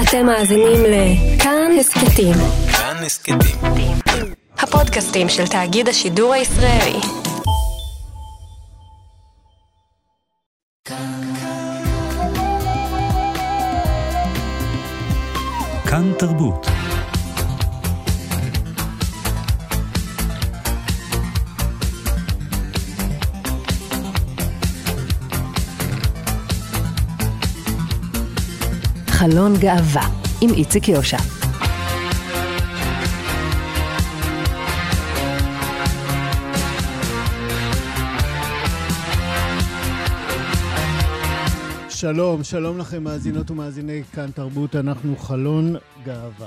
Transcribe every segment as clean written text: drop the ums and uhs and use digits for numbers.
אתם מאזינים לכאן הסכתים. כאן הסכתים. הפודקאסטים של תאגיד השידור הישראלי. כאן תרבות. חלון גאווה עם איציק יושע. שלום, שלום לכם מאזינות ומאזיני כאן תרבות, אנחנו חלון גאווה.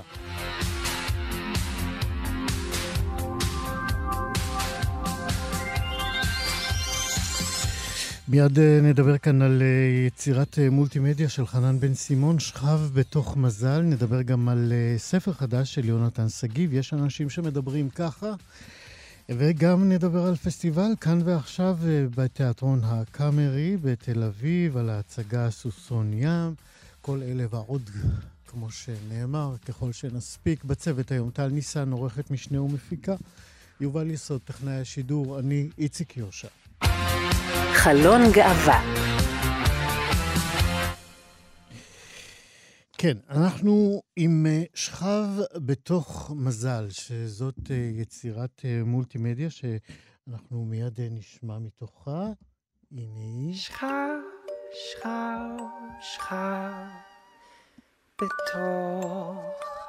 מיד נדבר כאן על יצירת מולטימדיה של חנן בן סימון, שכב בתוך מזל. נדבר גם על ספר חדש של יונתן סגיב, יש אנשים שמדברים ככה. וגם נדבר על פסטיבל כאן ועכשיו בתיאטרון הקאמרי בתל אביב, על ההצגה סוסון ים. כל אלה ועוד, כמו שנאמר, ככל שנספיק. בצוות היום טל ניסן, עורכת משנה ומפיקה, יובל יסוד, טכנאי השידור, אני איציק יושע. חלון גאווה. כן, אנחנו עם שכב בתוך מזל, שזאת יצירת מולטימדיה שאנחנו מיד נשמע מתוכה. הנה היא. שכב, שכב, שכב בתוך,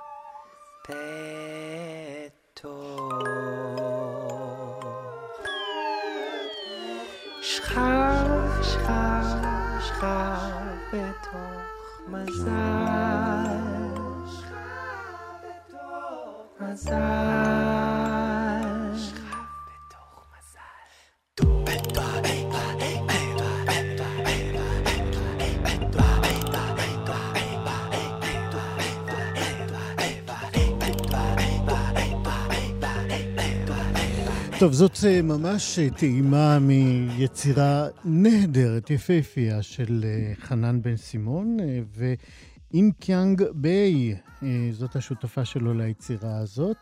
שכב, שכב, שכב בתוך מזל, מזל, שכב בתוך מזל. טוב, זאת ממש טעימה מיצירה נהדרת, יפהפייה של חנן בן סימון, ואין קיאנג ביי, זאת השותפה שלו ליצירה הזאת.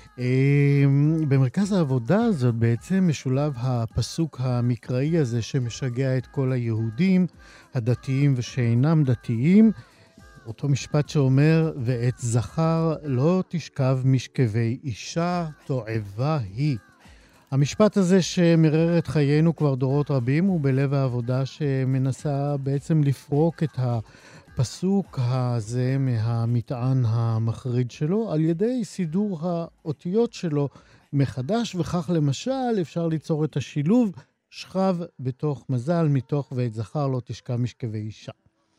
במרכז העבודה הזאת בעצם משולב הפסוק המקראי הזה שמשגע את כל היהודים, הדתיים ושאינם דתיים, אותו משפט שאומר, ואת זכר לא תשכב משכבי אישה, תועבה היא. המשפט הזה שמרר את חיינו כבר דורות רבים הוא בלב העבודה שמנסה בעצם לפרוק את הפסוק הזה מהמטען המחריד שלו על ידי סידור האותיות שלו מחדש, וכך למשל אפשר ליצור את השילוב שכב בתוך מזל מתוך ואת זכר לא תשכב משכבי אישה.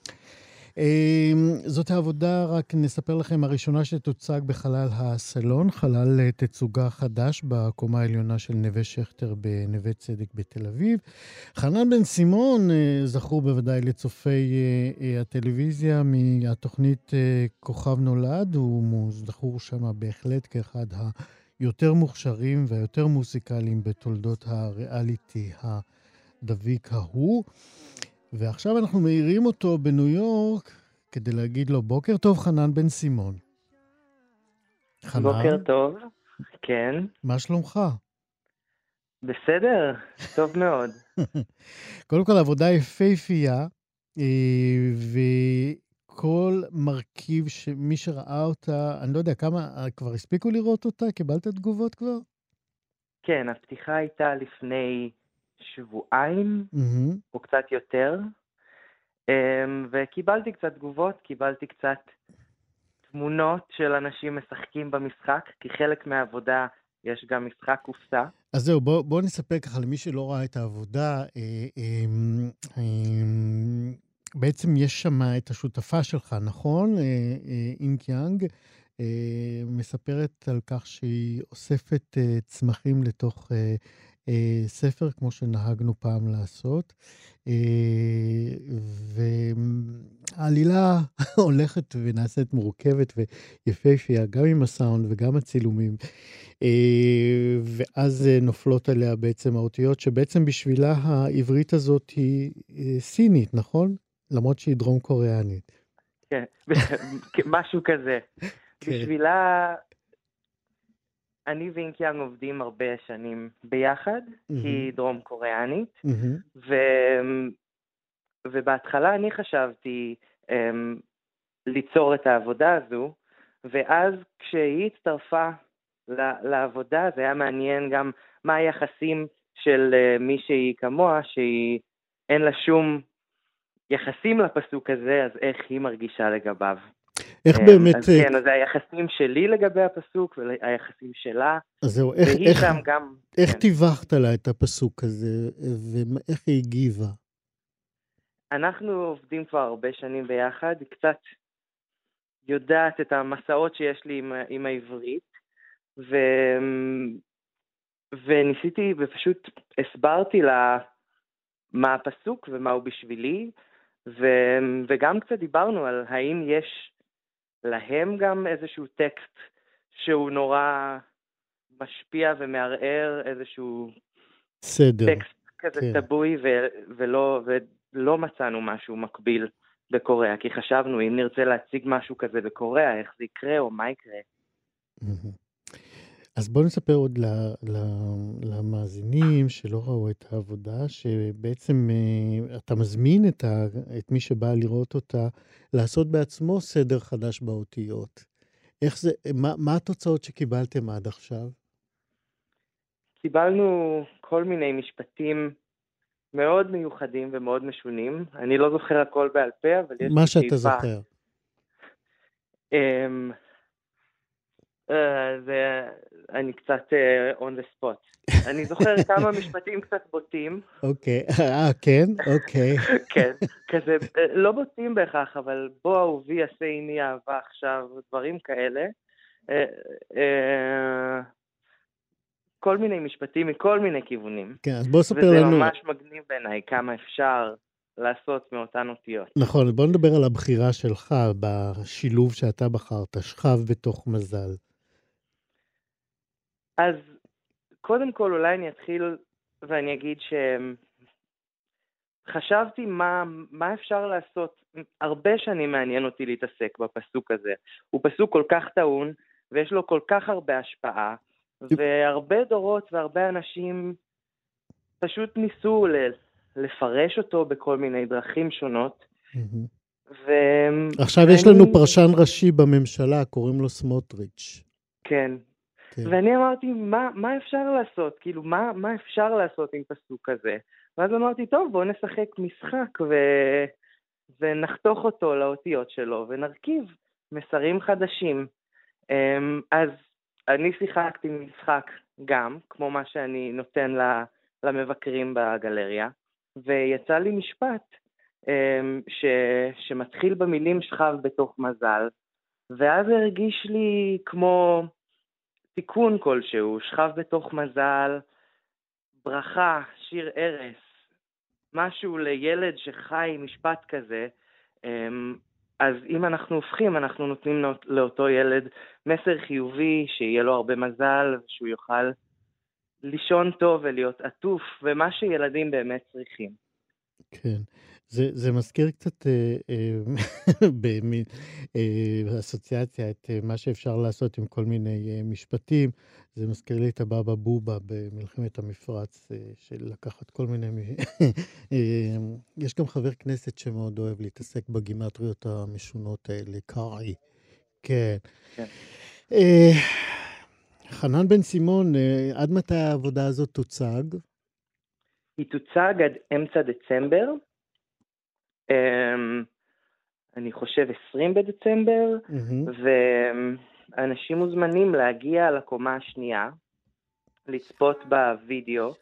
זאת העבודה, רק נספר לכם, הראשונה שתוצג בחלל הסלון, חלל תצוגה חדש בקומה העליונה של נווה שכתר בנווה צדק בתל אביב. חנן בן סימון זכור בוודאי לצופי הטלוויזיה מהתוכנית כוכב נולד, הוא זכור שם בהחלט כאחד היותר מוכשרים והיותר מוזיקליים בתולדות הריאליטי הדביק ההוא. ועכשיו אנחנו מאירים אותו בניו יורק כדי להגיד לו בוקר טוב חנן בן סימון. חנן? בוקר טוב, כן. מה שלומך? בסדר, טוב מאוד. קודם כל עבודה יפהפייה, וכל מרכיב שמי שראה אותה, אני לא יודע כמה, כבר הספיקו לראות אותה? קיבלת תגובות כבר? כן, הפתיחה הייתה לפני שבועיים, או קצת יותר, וקיבלתי קצת תגובות, קיבלתי קצת תמונות של אנשים משחקים במשחק, כי חלק מהעבודה יש גם משחק קופסה. אז זהו, בוא נספר ככה למי שלא ראה את העבודה, בעצם יש שם את השותפה שלך, נכון? אין קיאנג, מספרת על כך שהיא אוספת צמחים לתוך ספר, כמו שנהגנו פעם לעשות, והעלילה הולכת ונעשית מורכבת ויפהפייה, גם עם הסאונד וגם הצילומים, ואז נופלות עליה בעצם האותיות, שבעצם בשבילה העברית הזאת היא סינית, נכון? למרות שהיא דרום קוריאנית. כן, משהו כזה. בשבילה, אני ואינקיאנג עובדים הרבה שנים ביחד, כי היא דרום קוריאנית, ובהתחלה אני חשבתי ליצור את העבודה הזו, ואז כשהיא הצטרפה לעבודה, זה היה מעניין גם מה היחסים של מישהי כמוה, שהיא אין לה שום יחסים לפסוק הזה, אז איך היא מרגישה לגביו. איך באמת... אז כן, אז היחסים שלי לגבי הפסוק, והיחסים שלה, אז זהו, והיא שם גם... איך טיווחת לה את הפסוק הזה, ואיך היא הגיבה? אנחנו עובדים כבר הרבה שנים ביחד, היא קצת יודעת את המסעות שיש לי עם העברית, וניסיתי ופשוט הסברתי לה מה הפסוק ומה הוא בשבילי, וגם קצת דיברנו על האם יש להם גם איזשהו טקסט שהוא נורא משפיע ומערער איזשהו סדר. טקסט כזה כן. טבוי, ולא מצאנו משהו מקביל בקוריאה, כי חשבנו אם נרצה להציג משהו כזה בקוריאה, איך זה יקרה או מה יקרה. אז בואו נספר עוד למאזינים שלא ראו את העבודה, שבעצם אתה מזמין את מי שבא לראות אותה, לעשות בעצמו סדר חדש באותיות. איך זה, מה התוצאות שקיבלתם עד עכשיו? קיבלנו כל מיני משפטים מאוד מיוחדים ומאוד משונים. אני לא זוכר הכל בעל פה, אבל יש... מה שאתה זוכר. אני קצת on the spot. אני זוכר כמה משפטים קצת בוטים. אוקיי, כן? אוקיי. כן, כזה, לא בוטים בהכרח, אבל בוא אהובי יעשה עיני אהבה עכשיו, דברים כאלה. כל מיני משפטים מכל מיני כיוונים. כן, אז בוא ספר לנו... וזה ממש מגניב בעיניי, כמה אפשר לעשות מאותן אותיות. נכון, בוא נדבר על הבחירה שלך, בשילוב שאתה בחרת, שכב בתוך מזל. אז קודם כל אולי אני אתחיל ואני אגיד שחשבתי מה אפשר לעשות. הרבה שנים מעניין אותי להתעסק בפסוק הזה. הוא פסוק כל כך טעון, ויש לו כל כך הרבה השפעה, והרבה דורות והרבה אנשים פשוט ניסו לפרש אותו בכל מיני דרכים שונות. עכשיו יש לנו פרשן ראשי בממשלה, קוראים לו סמוטריץ'. כן. ואני אמרתי, מה אפשר לעשות? כאילו, מה אפשר לעשות עם פסוק כזה? ואז אמרתי, טוב, בואו נשחק משחק ונחתוך אותו לאותיות שלו, ונרכיב מסרים חדשים. אז אני שיחקתי משחק גם, כמו מה שאני נותן למבקרים בגלריה, ויצא לי משפט שמתחיל במילים שכב בתוך מזל, ואז הרגיש לי כמו תיקון כלשהו, שכב בתוך מזל, ברכה, שיר ערס, משהו לילד שחי משפט כזה. אז אם אנחנו הופכים, אנחנו נותנים לאותו ילד מסר חיובי, שיהיה לו הרבה מזל, שהוא יוכל לישון טוב ולהיות עטוף, ומה שילדים באמת צריכים. כן, זה מזכיר קצת באסוציאציה את מה שאפשר לעשות עם כל מיני משפטים. זה מזכיר לי את הבאבא בובה במלחמת המפרץ, של לקחת כל מיני... יש גם חבר כנסת שמאוד אוהב להתעסק בגימטריות המשונות האלה, קראי. כן. חנן בן סימון, עד מתי העבודה הזאת תוצג? היא תוצג עד אמצע דצמבר. אני חושב 20 בדצמבר, ואנשים מוזמנים להגיע לקומה השנייה, לצפות בווידאו,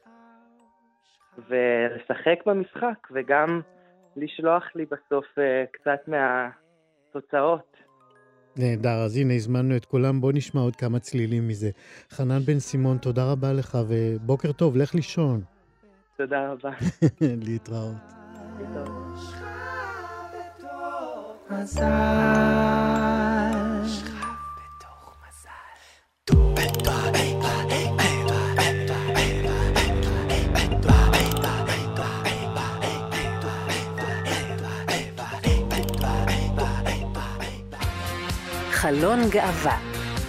ולשחק במשחק, וגם לשלוח לי בסוף קצת מהתוצאות. נהדר, אז הנה, הזמנו את כולם, בוא נשמע עוד כמה צלילים מזה. חנן בן סימון, תודה רבה לך, ובוקר טוב, לך לישון. תודה רבה. להתראות. חלון גאווה.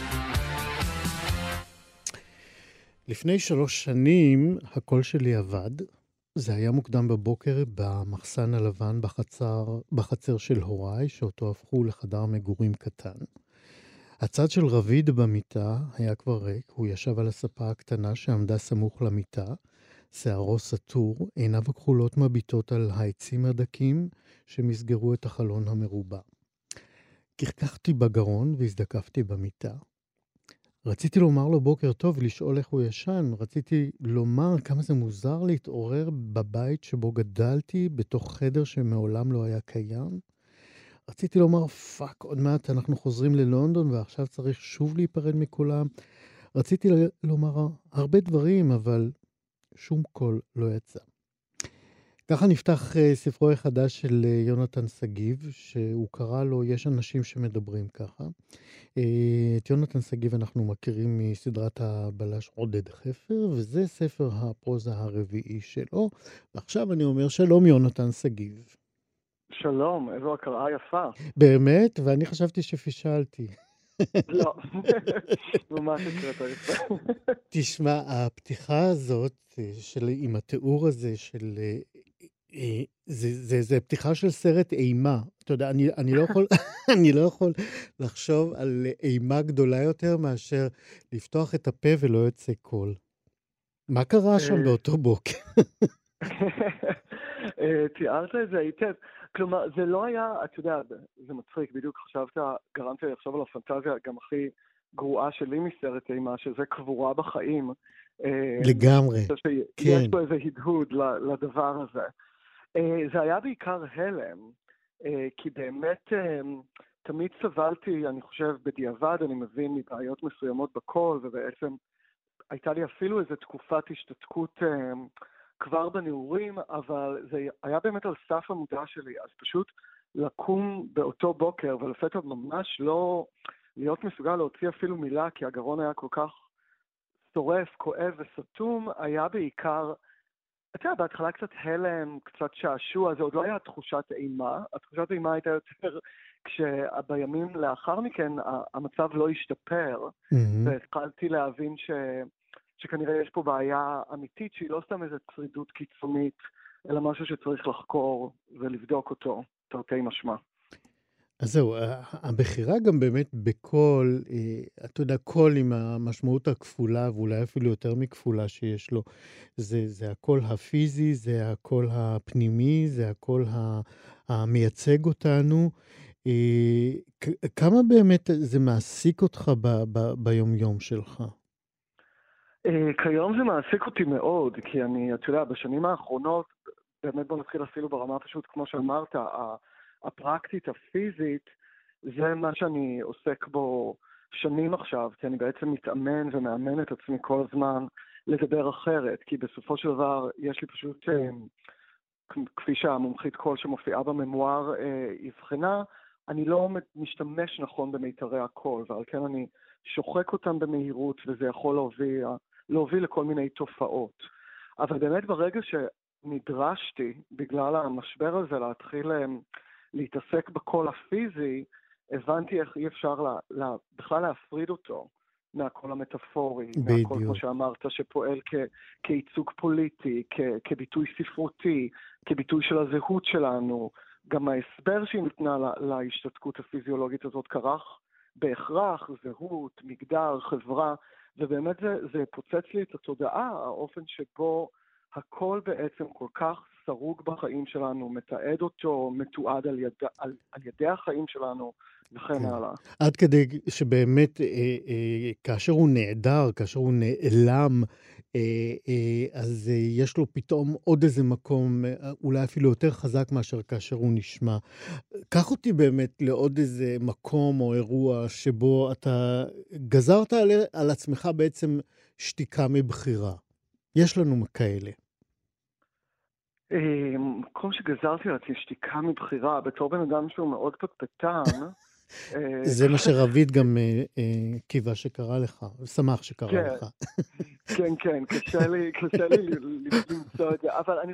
לפני 3 שנים הקול שלי עבד. זה היה מוקדם בבוקר במחסן הלבן בחצר של הוריי, שאותו הפכו לחדר מגורים קטן. הצד של רביד במיטה היה כבר ריק, הוא ישב על הספה הקטנה שעמדה סמוך למיטה, שערו סתור, עיניו הכחולות מביטות על העצים הדקים שמסגרו את החלון המרובע. קחקחתי בגרון והזדקפתי במיטה. רציתי לומר לו בוקר טוב ולשאול איך הוא ישן. רציתי לומר כמה זה מוזר להתעורר בבית שבו גדלתי, בתוך חדר שמעולם לא היה קיים. רציתי לומר, פאק, עוד מעט אנחנו חוזרים ללונדון ועכשיו צריך שוב להיפרד מכולם. רציתי לומר הרבה דברים, אבל שום קול לא יצא. ככה נפתח ספרו החדש של יונתן סגיב, שהוא קרא לו יש אנשים שמדברים ככה. את יונתן סגיב אנחנו מכירים מסדרת הבלש עודד חפר, וזה ספר הפרוזה הרביעי שלו. ועכשיו אני אומר שלום יונתן סגיב. שלום, איזו הקראה יפה. באמת? ואני חשבתי שפישלתי. לא, ממש הקראת יפה. תשמע, הפתיחה הזאת עם התיאור הזה של... זה פתיחה של סרט אימה. אתה יודע, אני לא יכול לחשוב על אימה גדולה יותר מאשר לפתוח את הפה ולא יוצא קול. מה קרה שם באותו בוקר? תיארת את זה היטב. כלומר, זה לא היה, אתה יודע, זה מצחיק, בדיוק גרמת לי לחשוב על הפנטזיה גם הכי גרועה שלי מסרט אימה, שזה קבורה בחיים. לגמרי, כן. יש פה איזה הדהוד לדבר הזה. זה היה בעיקר הלם, כי באמת תמיד סבלתי, אני חושב, בדיעבד, אני מבין מבעיות מסוימות בקול, ובעצם הייתה לי אפילו איזו תקופת השתתקות כבר בנעורים, אבל זה היה באמת על סף המודע שלי, אז פשוט לקום באותו בוקר, ולפתע ממש לא להיות מסוגל להוציא אפילו מילה, כי הגרון היה כל כך שורף, כואב וסתום, היה בעיקר, אתה יודע, בהתחלה קצת הלם, קצת שעשוע, זה עוד לא היה תחושת אימה, התחושת אימה הייתה יותר כשבימים לאחר מכן המצב לא השתפר, והתחלתי להבין שכנראה יש פה בעיה אמיתית, שהיא לא סתם איזו צרידות קיצונית, אלא משהו שצריך לחקור ולבדוק אותו, תרתי משמע. אז זהו, הבחירה גם באמת בקול, אתה יודע, קול עם המשמעות הכפולה, ואולי אפילו יותר מכפולה שיש לו, זה הקול הפיזי, זה הקול הפנימי, זה הקול המייצג אותנו. כמה באמת זה מעסיק אותך ביום-יום שלך? כיום זה מעסיק אותי מאוד, כי אתה יודע, בשנים האחרונות, באמת בוא נתחיל אפילו ברמה פשוט, כמו שאמרת, הפרקטית, הפיזית, זה מה שאני עוסק בו שנים עכשיו, כי אני בעצם מתאמן ומאמן את עצמי כל הזמן לדבר אחרת, כי בסופו של דבר יש לי פשוט, כפי שהמומחית קול שמופיעה בממואר הבחנה, אני לא משתמש נכון במיתרי הקול, ועל כן אני שוחק אותם במהירות, וזה יכול להוביל לכל מיני תופעות. אבל באמת ברגע שנדרשתי, בגלל המשבר הזה, להתחיל להתעסק בקול הפיזי, הבנתי איך אי אפשר בכלל להפריד אותו מהקול המטאפורי, מהקול, כמו שאמרת, שפועל כייצוג פוליטי, כביטוי ספרותי, כביטוי של הזהות שלנו. גם ההסבר שהיא נתנה להשתתקות הפיזיולוגית הזאת כרך בהכרח, זהות, מגדר, חברה, ובאמת זה פוצץ לי את התודעה, האופן שבו הכל בעצם כל כך סרוג בחיים שלנו, מתעד אותו, מתועד על ידי החיים שלנו, וכן הלאה. עד כדי שבאמת כאשר הוא נעדר, כאשר הוא נעלם, אז יש לו פתאום עוד איזה מקום, אולי אפילו יותר חזק מאשר כאשר הוא נשמע. קח אותי באמת לעוד איזה מקום או אירוע שבו אתה גזרת על עצמך בעצם שתיקה מבחירה. יש לנו כאלה. כמו שגזרתי על עצמי שתיקה מבחירה, בתור בן אדם שהוא מאוד פטפטן, זה מה שרביד גם קיווה שקרה לך, שמח שקרה לך. כן, כן, קשה לי למצוא את זה, אבל אני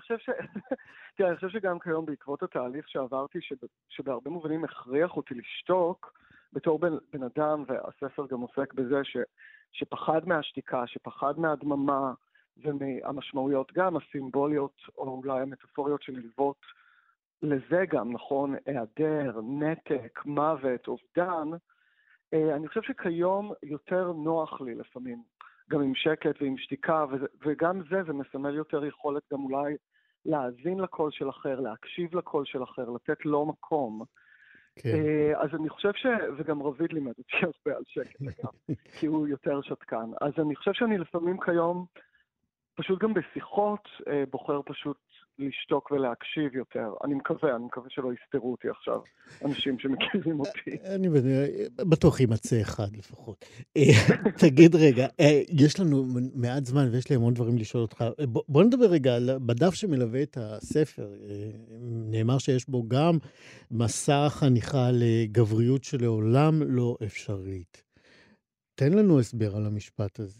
חושב שגם כיום בעקבות התהליך שעברתי, שבהרבה מובנים הכריח אותי לשתוק, בתור בן אדם, והספר גם עוסק בזה שפחד מהשתיקה, שפחד מהדממה, ומהמשמעויות גם הסימבוליות, או אולי המטאפוריות שנלוות לזה גם, נכון, היעדר, נתק, מוות, אובדן. אני חושב שכיום יותר נוח לי לפעמים, גם עם שקט ועם שתיקה, וגם זה מסמל יותר יכולת גם אולי להאזין לקול של אחר, להקשיב לקול של אחר, לתת לו מקום. כן. אז אני חושב וגם רביד לימד אותי הרבה על שקט, אגב, כי הוא יותר שתקן. אז אני חושב שאני לפעמים כיום, פשוט גם בשיחות, בוחר פשוט לשתוק ולהקשיב יותר. אני מקווה שלא יסתרו אותי עכשיו, אנשים שמכירים אותי. אני בטוח יימצא אחד לפחות. תגיד רגע, יש לנו מעט זמן ויש לי המון דברים לשאול אותך. בוא נדבר רגע, בדף שמלווה את הספר, נאמר שיש בו גם מסע חניכה לגבריות שלעולם לא אפשרית. תן לנו הסבר על המשפט הזה.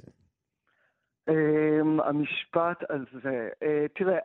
המשפט הזה, תראה,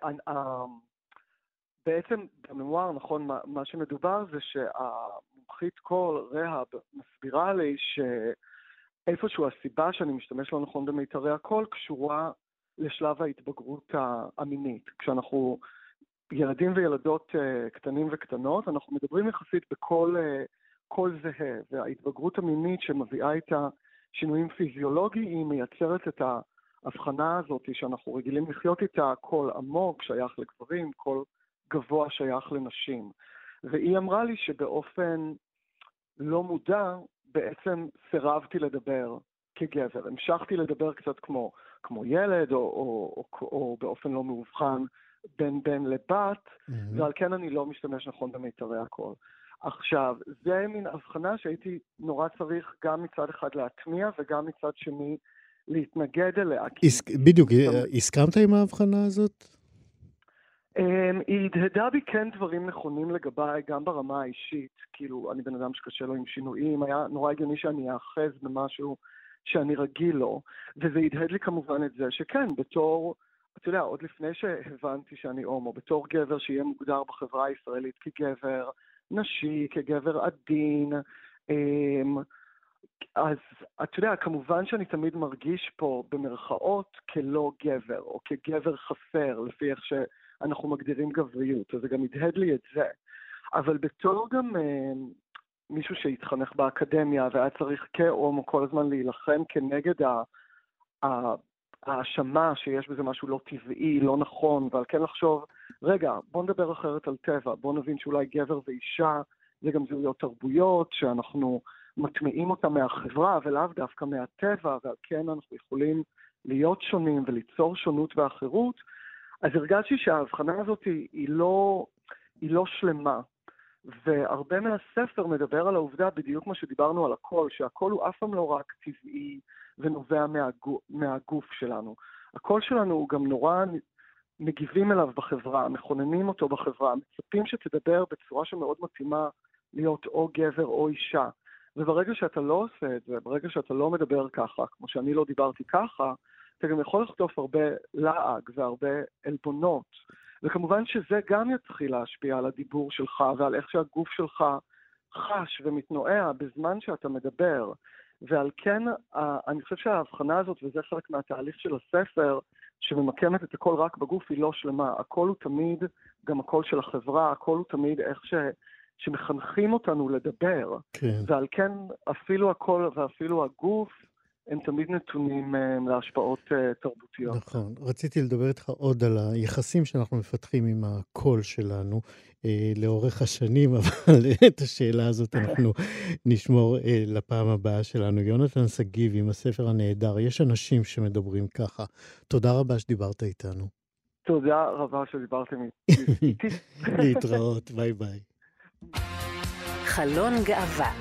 בעצם בממואר, נכון, מה שמדובר זה שהמומחית קול, רהב, מסבירה לי שאיפשהו הסיבה שאני משתמש לא נכון במיתרי הקול קשורה לשלב ההתבגרות המינית. כשאנחנו ילדים וילדות קטנים וקטנות, אנחנו מדברים יחסית בקול זהה, וההתבגרות המינית שמביאה איתה שינויים פיזיולוגיים מייצרת את ההבחנה הזאת שאנחנו רגילים לחיות איתה, קול עמוק שייך לגברים, קול גבוה שייך לנשים. והיא אמרה לי שבאופן לא מודע בעצם סירבתי לדבר כגבר. המשכתי לדבר קצת כמו ילד או באופן לא מאובחן בין בן לבת, ועל כן אני לא משתמש נכון במיתרי הקול. עכשיו, זה מין הבחנה שהייתי נורא צריך גם מצד אחד להטמיע וגם מצד שני להתנגד אליה. בדיוק, הסכמת עם ההבחנה הזאת? היא הדהדה בי כן דברים נכונים לגביי, גם ברמה האישית, כאילו אני בן אדם שקשה לו עם שינויים, היה נורא הגיוני שאני אאחז במשהו שאני רגיל לו, וזה הדהד לי כמובן את זה שכן, בתור, אתה יודע, עוד לפני שהבנתי שאני הומו, בתור גבר שיהיה מוגדר בחברה הישראלית כגבר נשי, כגבר עדין, אז אתה יודע, כמובן שאני תמיד מרגיש פה במרכאות כלא גבר, או כגבר חסר, לפי איך שאנחנו מגדירים גבריות, אז זה גם הדהד לי את זה. אבל בתור גם מישהו שהתחנך באקדמיה, והיה צריך כהומו כל הזמן להילחם כנגד האשמה שיש בזה משהו לא טבעי, לא נכון, ועל כן לחשוב, רגע, בוא נדבר אחרת על טבע, בוא נבין שאולי גבר ואישה, זה גם זהויות תרבויות, שאנחנו מטמיעים אותה מהחברה ולאו דווקא מהטבע, ועל כן אנחנו יכולים להיות שונים וליצור שונות ואחרות. אז הרגשתי שההבחנה הזאת היא לא שלמה, והרבה מהספר מדבר על העובדה בדיוק מה שדיברנו על הקול, שהקול הוא אף פעם לא רק טבעי ונובע מהגוף שלנו. הקול שלנו הוא גם נורא מגיבים אליו בחברה, מכוננים אותו בחברה, מצפים שתדבר בצורה שמאוד מתאימה להיות או גבר או אישה. וברגע שאתה לא עושה את זה, ברגע שאתה לא מדבר ככה, כמו שאני לא דיברתי ככה, אתה גם יכול לחטוף הרבה לעג והרבה אלבונות. וכמובן שזה גם יתחיל להשפיע על הדיבור שלך ועל איך שהגוף שלך חש ומתנועע בזמן שאתה מדבר. ועל כן, אני חושב שההבחנה הזאת, וזה חלק מהתהליך של הספר, שממקמת את הכל רק בגוף, היא לא שלמה. הכל הוא תמיד, גם הכל של החברה, הכל הוא תמיד איך שמחנכים אותנו לדבר. כן. ועל כן, אפילו הכל ואפילו הגוף, הם תמיד נתונים להשפעות תרבותיות. נכון. רציתי לדבר איתך עוד על היחסים שאנחנו מפתחים עם הקול שלנו לאורך השנים, אבל את השאלה הזאת אנחנו נשמור לפעם הבאה שלנו. יונתן סגיב עם הספר הנהדר. יש אנשים שמדברים ככה. תודה רבה שדיברת איתנו. תודה רבה שדיברתם איתי. להתראות. ביי ביי. חלון גאווה.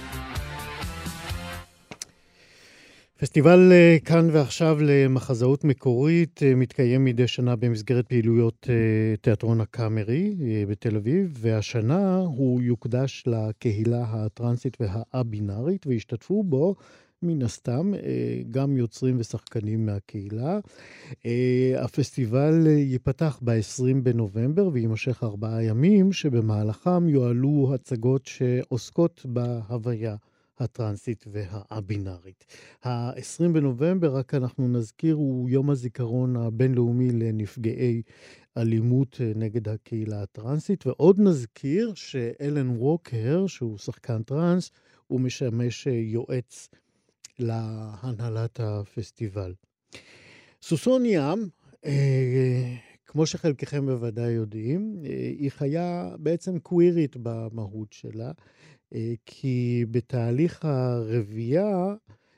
פסטיבל כאן ועכשיו למחזאות מקורית מתקיים מדי שנה במסגרת פעילויות תיאטרון הקאמרי בתל אביב, והשנה הוא יוקדש לקהילה הטרנסית והא-בינארית, והשתתפו בו מן הסתם גם יוצרים ושחקנים מהקהילה. הפסטיבל ייפתח ב-20 בנובמבר ויימשך 4 ימים, שבמהלכם יועלו הצגות שעוסקות בהוויה הטרנסית והבינארית. ה-20 בנובמבר, רק אנחנו נזכיר, הוא יום הזיכרון הבינלאומי לנפגעי אלימות נגד הקהילה הטרנסית, ועוד נזכיר שאלן ווקר, שהוא שחקן טרנס, הוא משמש יועץ להנהלת הפסטיבל. סוסון ים, כמו שחלקכם בוודאי יודעים, היא חיה בעצם קווירית במהות שלה, כי בתהליך הרבייה,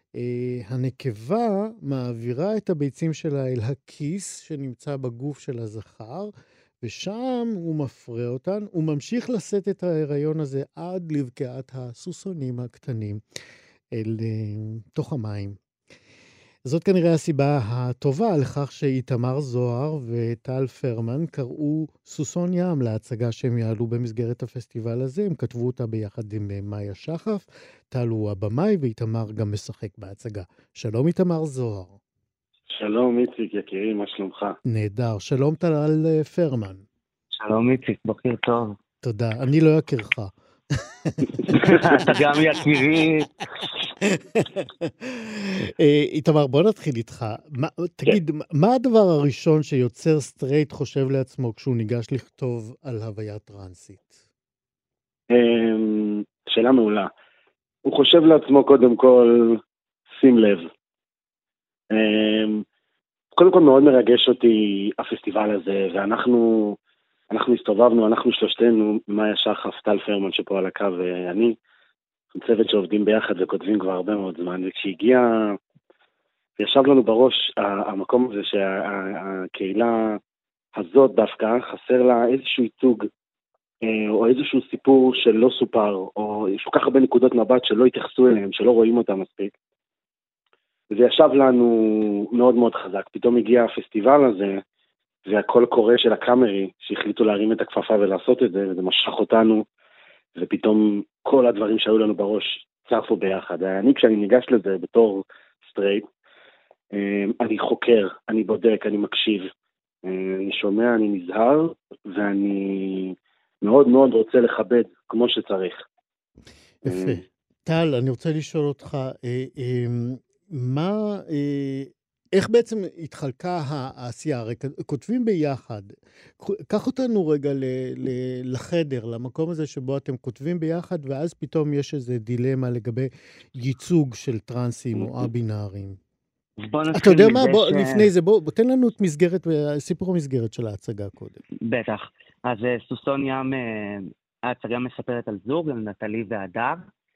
הנקבה מעבירה את הביצים שלה אל הכיס שנמצא בגוף של הזכר, ושם הוא מפרה אותן, הוא ממשיך לשאת את ההיריון הזה עד לבקעת הסוסונים הקטנים אל תוך המים. זאת כנראה הסיבה הטובה לכך שאיתמר זוהר וטל פרמן קראו סוסון ים להצגה שהם יעלו במסגרת הפסטיבל הזה. הם כתבו אותה ביחד עם מאיה שחף. טל הוא הבמאי ואיתמר גם משחק בהצגה. שלום איתמר זוהר. שלום איציק יקירי, מה שלומך? נהדר. שלום טל פרמן. שלום איציק, בוקר טוב. תודה. אני לא אכירך. אתה גם יקירי. איתמר, בוא נתחיל איתך. תגיד, מה הדבר הראשון שיוצר סטרייט חושב לעצמו כשהוא ניגש לכתוב על הוויה טרנסית? שאלה מעולה. הוא חושב לעצמו קודם כל, שים לב. קודם כל מאוד מרגש אותי הפסטיבל הזה, ואנחנו הסתובבנו, אנחנו שלושתנו, מאיה שחף, טל פרמן שפה על הקו ואני, צוות שעובדים ביחד וכותבים כבר הרבה מאוד זמן, וכשהגיע, ישב לנו בראש המקום הזה שהקהילה הזאת דווקא חסר לה איזשהו ייצוג, או איזשהו סיפור שלא סופר, או יש כל כך הרבה נקודות מבט שלא התייחסו אליהם, שלא רואים אותם מספיק. וזה ישב לנו מאוד מאוד חזק. פתאום הגיע הפסטיבל הזה, והכל קורה של הקאמרי, שהחליטו להרים את הכפפה ולעשות את זה, וזה משך אותנו, ופתאום כל הדברים שהיו לנו בראש צפו ביחד. כשאני ניגש לזה בתור סטרייט, אני חוקר, אני בודק, אני מקשיב, אני שומע, אני נזהר, ואני מאוד מאוד רוצה לכבד כמו שצריך. יפה. טל, אני רוצה לשאול אותך, איך בעצם התחלקה העשייה? הרי כותבים ביחד. קח אותנו רגע לחדר, למקום הזה שבו אתם כותבים ביחד, ואז פתאום יש איזו דילמה לגבי ייצוג של טרנסים או א-בינאריים. אתה יודע מה? לפני זה, בוא תן לנו את סיפור המסגרת של ההצגה קודם. בטח. אז סוסון ים, ההצגה מספרת על זוג, על נטלי והדר.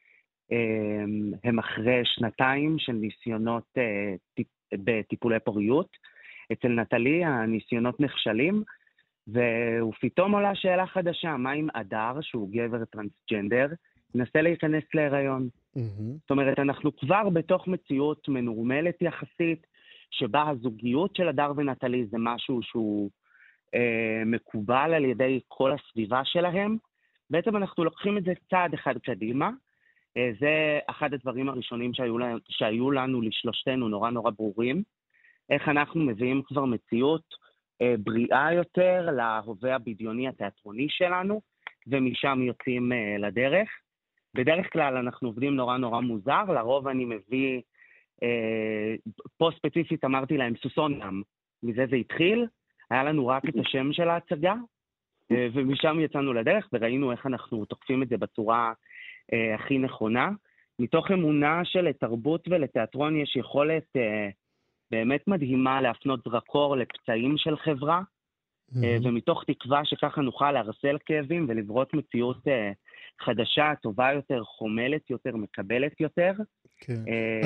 הם אחרי שנתיים של ניסיונות בטיפולי פוריות. אצל נטלי הניסיונות נכשלים, ופתאום עולה שאלה חדשה, מה עם אדר, שהוא גבר טרנסג'נדר, נסה להיכנס להיריון. זאת אומרת, אנחנו כבר בתוך מציאות מנורמלת יחסית, שבה הזוגיות של אדר ונטלי זה משהו שהוא מקובל על ידי כל הסביבה שלהם. בעצם אנחנו לוקחים את זה צעד אחד קדימה, זה אחד הדברים הראשונים שהיו לנו לשלושתנו נורא נורא ברורים, איך אנחנו מביאים כבר מציאות בריאה יותר להווה הבדיוני התיאטרוני שלנו, ומשם יוצאים לדרך. בדרך כלל אנחנו עובדים נורא נורא מוזר, לרוב אני מביא, פה ספציפית אמרתי להם סוסון ים, מזה זה התחיל, היה לנו רק את השם של ההצגה, ומשם יצאנו לדרך וראינו איך אנחנו תוקפים את זה בצורה הכי נכונה. מתוך אמונה שלתרבות ולתיאטרון יש יכולת באמת מדהימה להפנות זרקור לפצעים של חברה, ומתוך תקווה שככה נוכל להרסל כאבים ולברות מציאות חדשה, טובה יותר, חומלת יותר, מקבלת יותר. כן.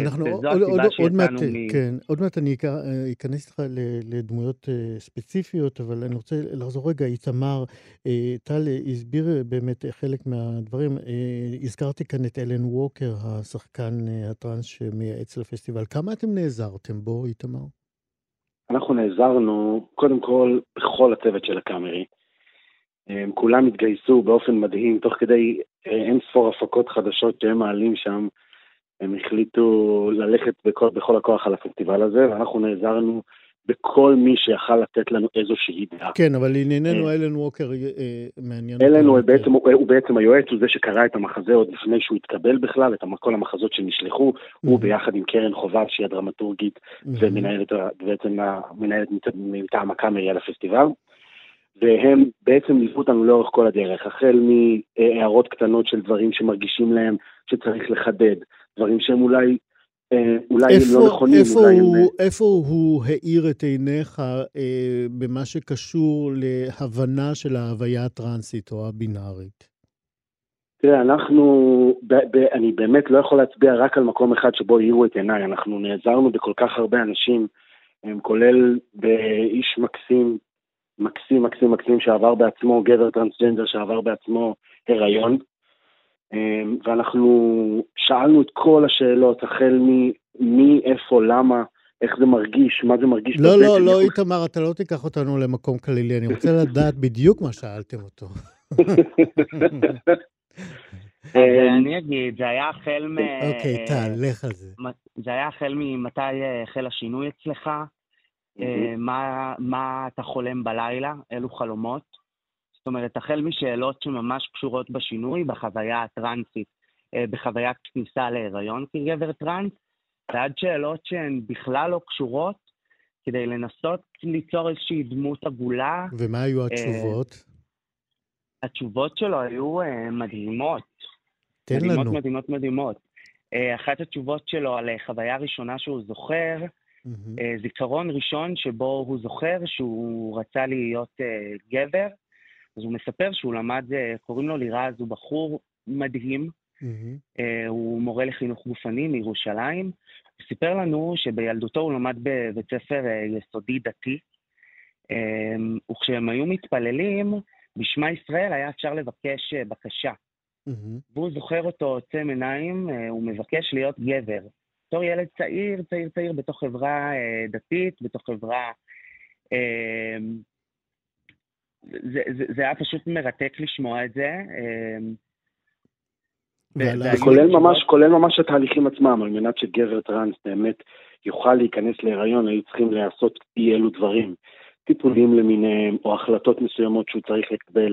עוד מעט אני אכנס לך לדמויות ספציפיות, אבל אני רוצה לחזור רגע, איתמר, טל הסביר באמת חלק מהדברים, הזכרתי כאן את אלן ווקר, השחקן הטרנס שמייעץ לפסטיבל. כמה אתם נעזרתם בו, איתמר? אנחנו נעזרנו, קודם כל, בכל הצוות של הקאמרי. כולם התגייסו באופן מדהים, תוך כדי אין ספור הפקות חדשות שהם מעלים שם, הם החליטו ללכת בכל הכוח על הפסטיבל הזה, ואנחנו נעזרנו בכל מי שיכל לתת לנו איזושהי דעה. כן, אבל לענייננו אלן ווקר מעניין. אלן הוא בעצם היועץ, הוא זה שקרא את המחזה עוד לפני שהוא התקבל בכלל, את כל המחזות שנשלחו, הוא ביחד עם קרן חובב, שהיא הדרמטורגית, ומנהלת מטעם הקאמרי על הפסטיבל, והם בעצם ליוו אותנו לאורך כל הדרך, החל מהערות קטנות של דברים שמרגישים להם שצריך לחדד, דברים שהם אולי לא נכונים. איפה הוא האיר את עיניך במה שקשור להבנה של ההוויה הטרנסית או הבינארית? תראה, אני באמת לא יכול להצביע רק על מקום אחד שבו העירו את עיניי, אנחנו נעזרנו בכל כך הרבה אנשים, כולל באיש מקסים שעבר בעצמו, גבר טרנסג'נדר שעבר בעצמו הריון, ואנחנו שאלנו את כל השאלות, החל מי, איפה, למה, איך זה מרגיש, מה זה מרגיש. לא, איתמר, אתה לא תיקח אותנו למקום כלילי, אני רוצה לדעת בדיוק מה שאלתם אותו. אני אגיד, זה היה החל אוקיי, תהלך על זה. זה היה החל ממתי החל השינוי אצלך, מה אתה חולם בלילה, אילו חלומות. זאת אומרת, החל משאלות שממש קשורות בשינוי, בחוויה הטרנסית, בחוויית כניסה להיריון כגבר טרנס, ועד שאלות שהן בכלל לא קשורות, כדי לנסות ליצור איזושהי דמות עגולה. ומה היו התשובות? התשובות שלו היו מדהימות. תן לנו. מדהימות. אחת התשובות שלו על חוויה ראשונה שהוא זוכר, זיכרון ראשון שבו הוא זוכר שהוא רצה להיות גבר, אז הוא מספר שהוא למד, קוראים לו לירז, הוא בחור מדהים, הוא מורה לחינוך גופני מירושלים, הוא סיפר לנו שבילדותו הוא למד בבית ספר יסודי דתי, וכשהם היו מתפללים, בשמה ישראל היה אפשר לבקש בקשה, והוא זוכר אותו עוצם עיניים, הוא מבקש להיות גבר, בתור ילד צעיר בתוך חברה דתית, בתוך חברה... זה היה פשוט מרתק לשמוע את זה. כולל ממש התהליכים עצמם, על מנת שגבר טרנס באמת יוכל להיכנס להיריון, היו צריכים לעשות אי אלו דברים, טיפולים למיניהם, או החלטות מסוימות שהוא צריך לקבל,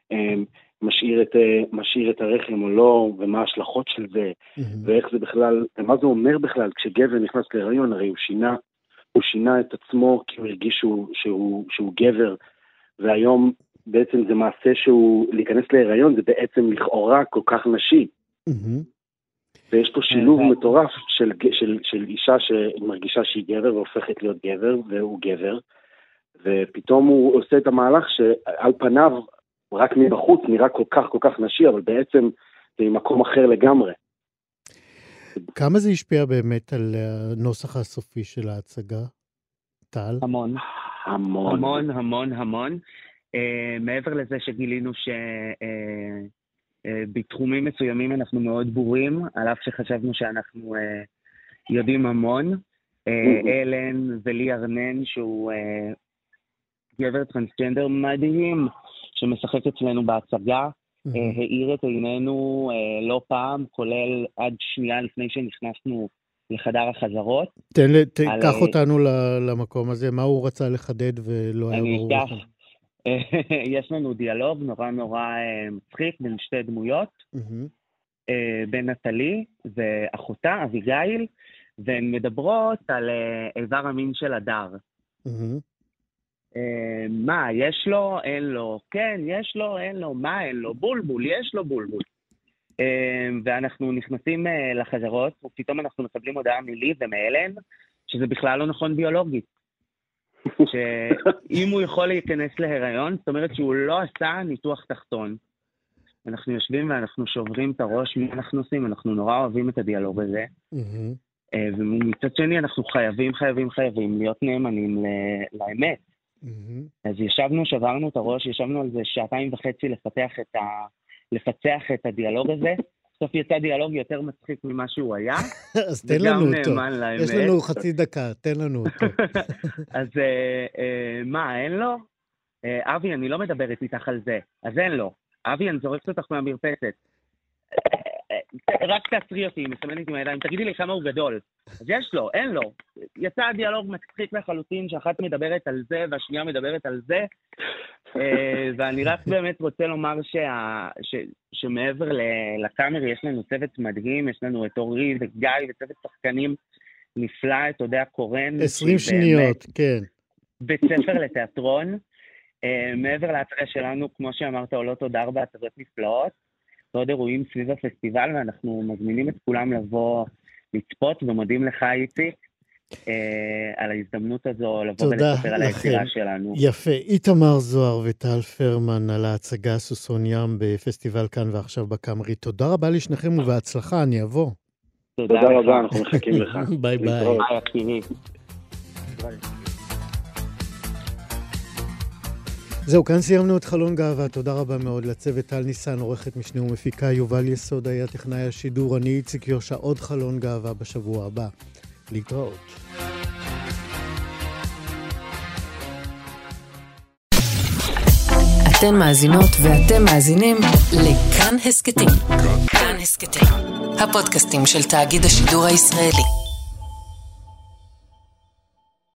משאיר את הרחם או לא, ומה ההשלכות של זה, ואיך זה בכלל, ומה זה אומר בכלל, כשגבר נכנס להיריון, הרי הוא שינה את עצמו, כי הוא הרגיש שהוא גבר, והיום בעצם זה מעשה שהוא להיכנס להיריון, זה בעצם לכאורה כל כך נשי. ויש פה שילוב מטורף של אישה שמרגישה שהיא גבר, והופכת להיות גבר, והוא גבר, ופתאום הוא עושה את המהלך שעל פניו, רק מבחוץ נראה כל כך נשי, אבל בעצם זה מקום אחר לגמרי. כמה זה השפיע באמת על הנוסח הסופי של ההצגה, טל? המון. מעבר לזה שגילינו שבתחומים מסוימים אנחנו מאוד בורים, על אף שחשבנו שאנחנו יודעים המון. אלן ולי ארנן, שהוא גבר טרנסג'נדר מדהים, שמשחק אצלנו בהצגה, העיר את עינינו לא פעם, כולל עד שנייה לפני שנכנסנו לחדר החזרות. קח אותנו למקום הזה, מה הוא רצה לחדד ולא היה ברור לכם? יש לנו דיאלוג נורא מצחיק בין שתי דמויות, בין נטלי ואחותה, אביגיל, והן מדברות על איבר המין של הדר. מה, יש לו, אין לו, כן, יש לו, אין לו, מה אין לו, בולבול, יש לו בולבול. ואנחנו נכנסים לחזרות, ופתאום אנחנו מקבלים הודעה מלי ומאלן, שזה בכלל לא נכון ביולוגית. שאם הוא יכול להיכנס להיריון, זאת אומרת שהוא לא עשה ניתוח תחתון. אנחנו יושבים ואנחנו שוברים את הראש, מה אנחנו עושים? אנחנו נורא אוהבים את הדיאלוג הזה. ומצד שני אנחנו חייבים להיות נאמנים לאמת. אז ישבנו, שברנו את הראש, ישבנו על זה 2.5 לפצח את הדיאלוג הזה. בסוף יצא דיאלוג יותר מצחיק ממה שהוא היה. אז תן לנו אותו. יש לנו חצי דקה, תן לנו אותו. אז מה, אין לו? אבי, אני לא מדברת איתך על זה. אז אין לו. אבי, אני זורקת אותך מהמרפסת. רק תעצרי אותי, מסמנת עם הידיים. תגידי לי כמה הוא גדול. אז יש לו, אין לו. יצא דיאלוג מצחיק לחלוטין, שאחת מדברת על זה והשנייה מדברת על זה, ואני רק באמת רוצה לומר שמעבר לקאמרי יש לנו צוות מדהים, יש לנו את אורי וגיא וצוות שחקנים נפלא, אתה יודע, קורן. 20 שניות, כן. בית ספר לתיאטרון. מעבר להצגה שלנו, כמו שאמרת, עולות עוד 4 הצגות נפלאות, ועוד אירועים סביב הפסטיבל, ואנחנו מזמינים את כולם לבוא לצפות, ומודים לך, איציק, על ההזדמנות הזו, לבוא ולספר על היצירה שלנו. יפה. איתמר זוהר וטל פרמן על ההצגה סוסון ים בפסטיבל כאן ועכשיו בקאמרי. תודה רבה לשניכם ובהצלחה, אני אבוא. תודה רבה, אנחנו מחכים לך. ביי ביי. זהו, כאן סיימנו את חלון גאווה. תודה רבה מאוד לצוות טל ניסן, עורכת משנה ומפיקה, יובל יסוד היה טכנאי השידור, אני איציק יושע, עוד חלון גאווה בשבוע הבא. להתראות. אתן מאזינות ואתם מאזינים לכאן הסקטים. כאן הסקטים, הפודקאסטים של תאגיד השידור הישראלי.